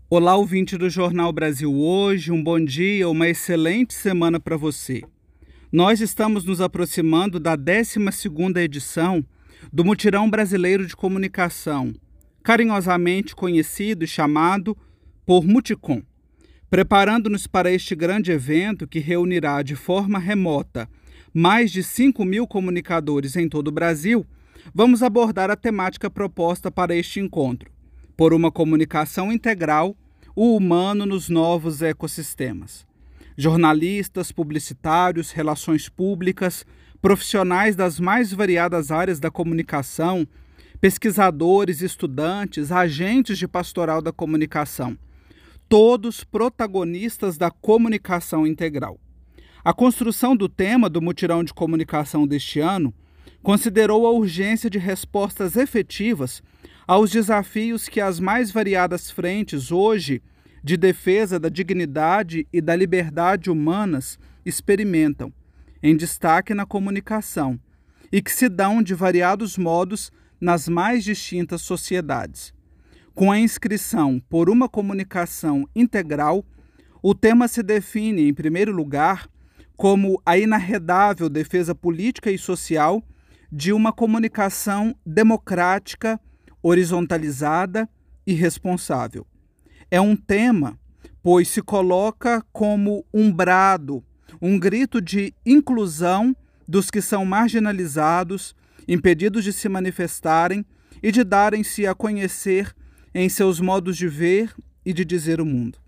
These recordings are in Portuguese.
Olá, ouvinte do Jornal Brasil Hoje, um bom dia, uma excelente semana para você. Nós estamos nos aproximando da 12ª edição do Mutirão Brasileiro de Comunicação, carinhosamente conhecido e chamado por Muticom. Preparando-nos para este grande evento que reunirá de forma remota mais de 5.000 comunicadores em todo o Brasil, vamos abordar a temática proposta para este encontro: por uma comunicação integral, o humano nos novos ecossistemas. Jornalistas, publicitários, relações públicas, profissionais das mais variadas áreas da comunicação, pesquisadores, estudantes, agentes de pastoral da comunicação, todos protagonistas da comunicação integral. A construção do tema do Mutirão de Comunicação deste ano considerou a urgência de respostas efetivas aos desafios que as mais variadas frentes hoje de defesa da dignidade e da liberdade humanas experimentam, em destaque na comunicação, e que se dão de variados modos nas mais distintas sociedades. Com a inscrição por uma comunicação integral, o tema se define, em primeiro lugar, como a inarredável defesa política e social de uma comunicação democrática, horizontalizada e responsável. É um tema, pois se coloca como um brado, um grito de inclusão dos que são marginalizados, impedidos de se manifestarem e de darem-se a conhecer em seus modos de ver e de dizer o mundo.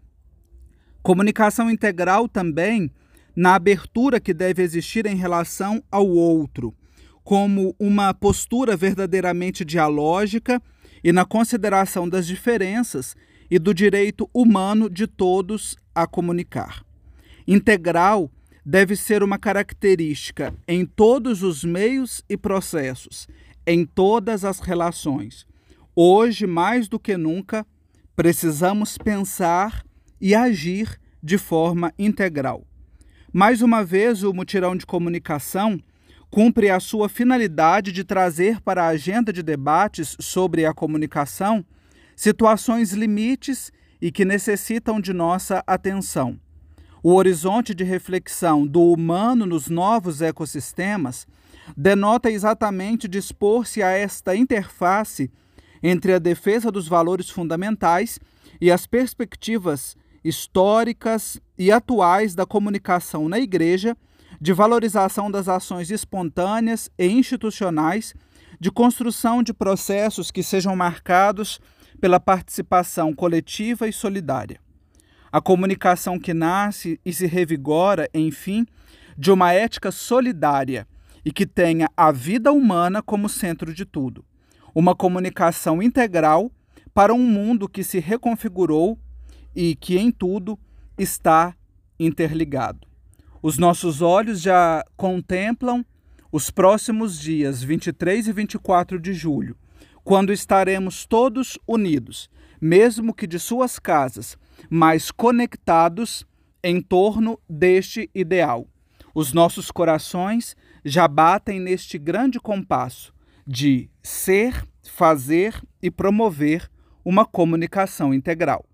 Comunicação integral também na abertura que deve existir em relação ao outro, como uma postura verdadeiramente dialógica e na consideração das diferenças e do direito humano de todos a comunicar. Integral deve ser uma característica em todos os meios e processos, em todas as relações. Hoje, mais do que nunca, precisamos pensar e agir de forma integral. Mais uma vez, o Mutirão de Comunicação cumpre a sua finalidade de trazer para a agenda de debates sobre a comunicação situações limites e que necessitam de nossa atenção. O horizonte de reflexão do humano nos novos ecossistemas denota exatamente dispor-se a esta interface entre a defesa dos valores fundamentais e as perspectivas históricas e atuais da comunicação na Igreja, de valorização das ações espontâneas e institucionais, de construção de processos que sejam marcados pela participação coletiva e solidária. A comunicação que nasce e se revigora, enfim, de uma ética solidária e que tenha a vida humana como centro de tudo. Uma comunicação integral para um mundo que se reconfigurou e que em tudo está interligado. Os nossos olhos já contemplam os próximos dias 23 e 24 de julho, quando estaremos todos unidos, mesmo que de suas casas, mas conectados em torno deste ideal. Os nossos corações já batem neste grande compasso de ser, fazer e promover uma comunicação integral.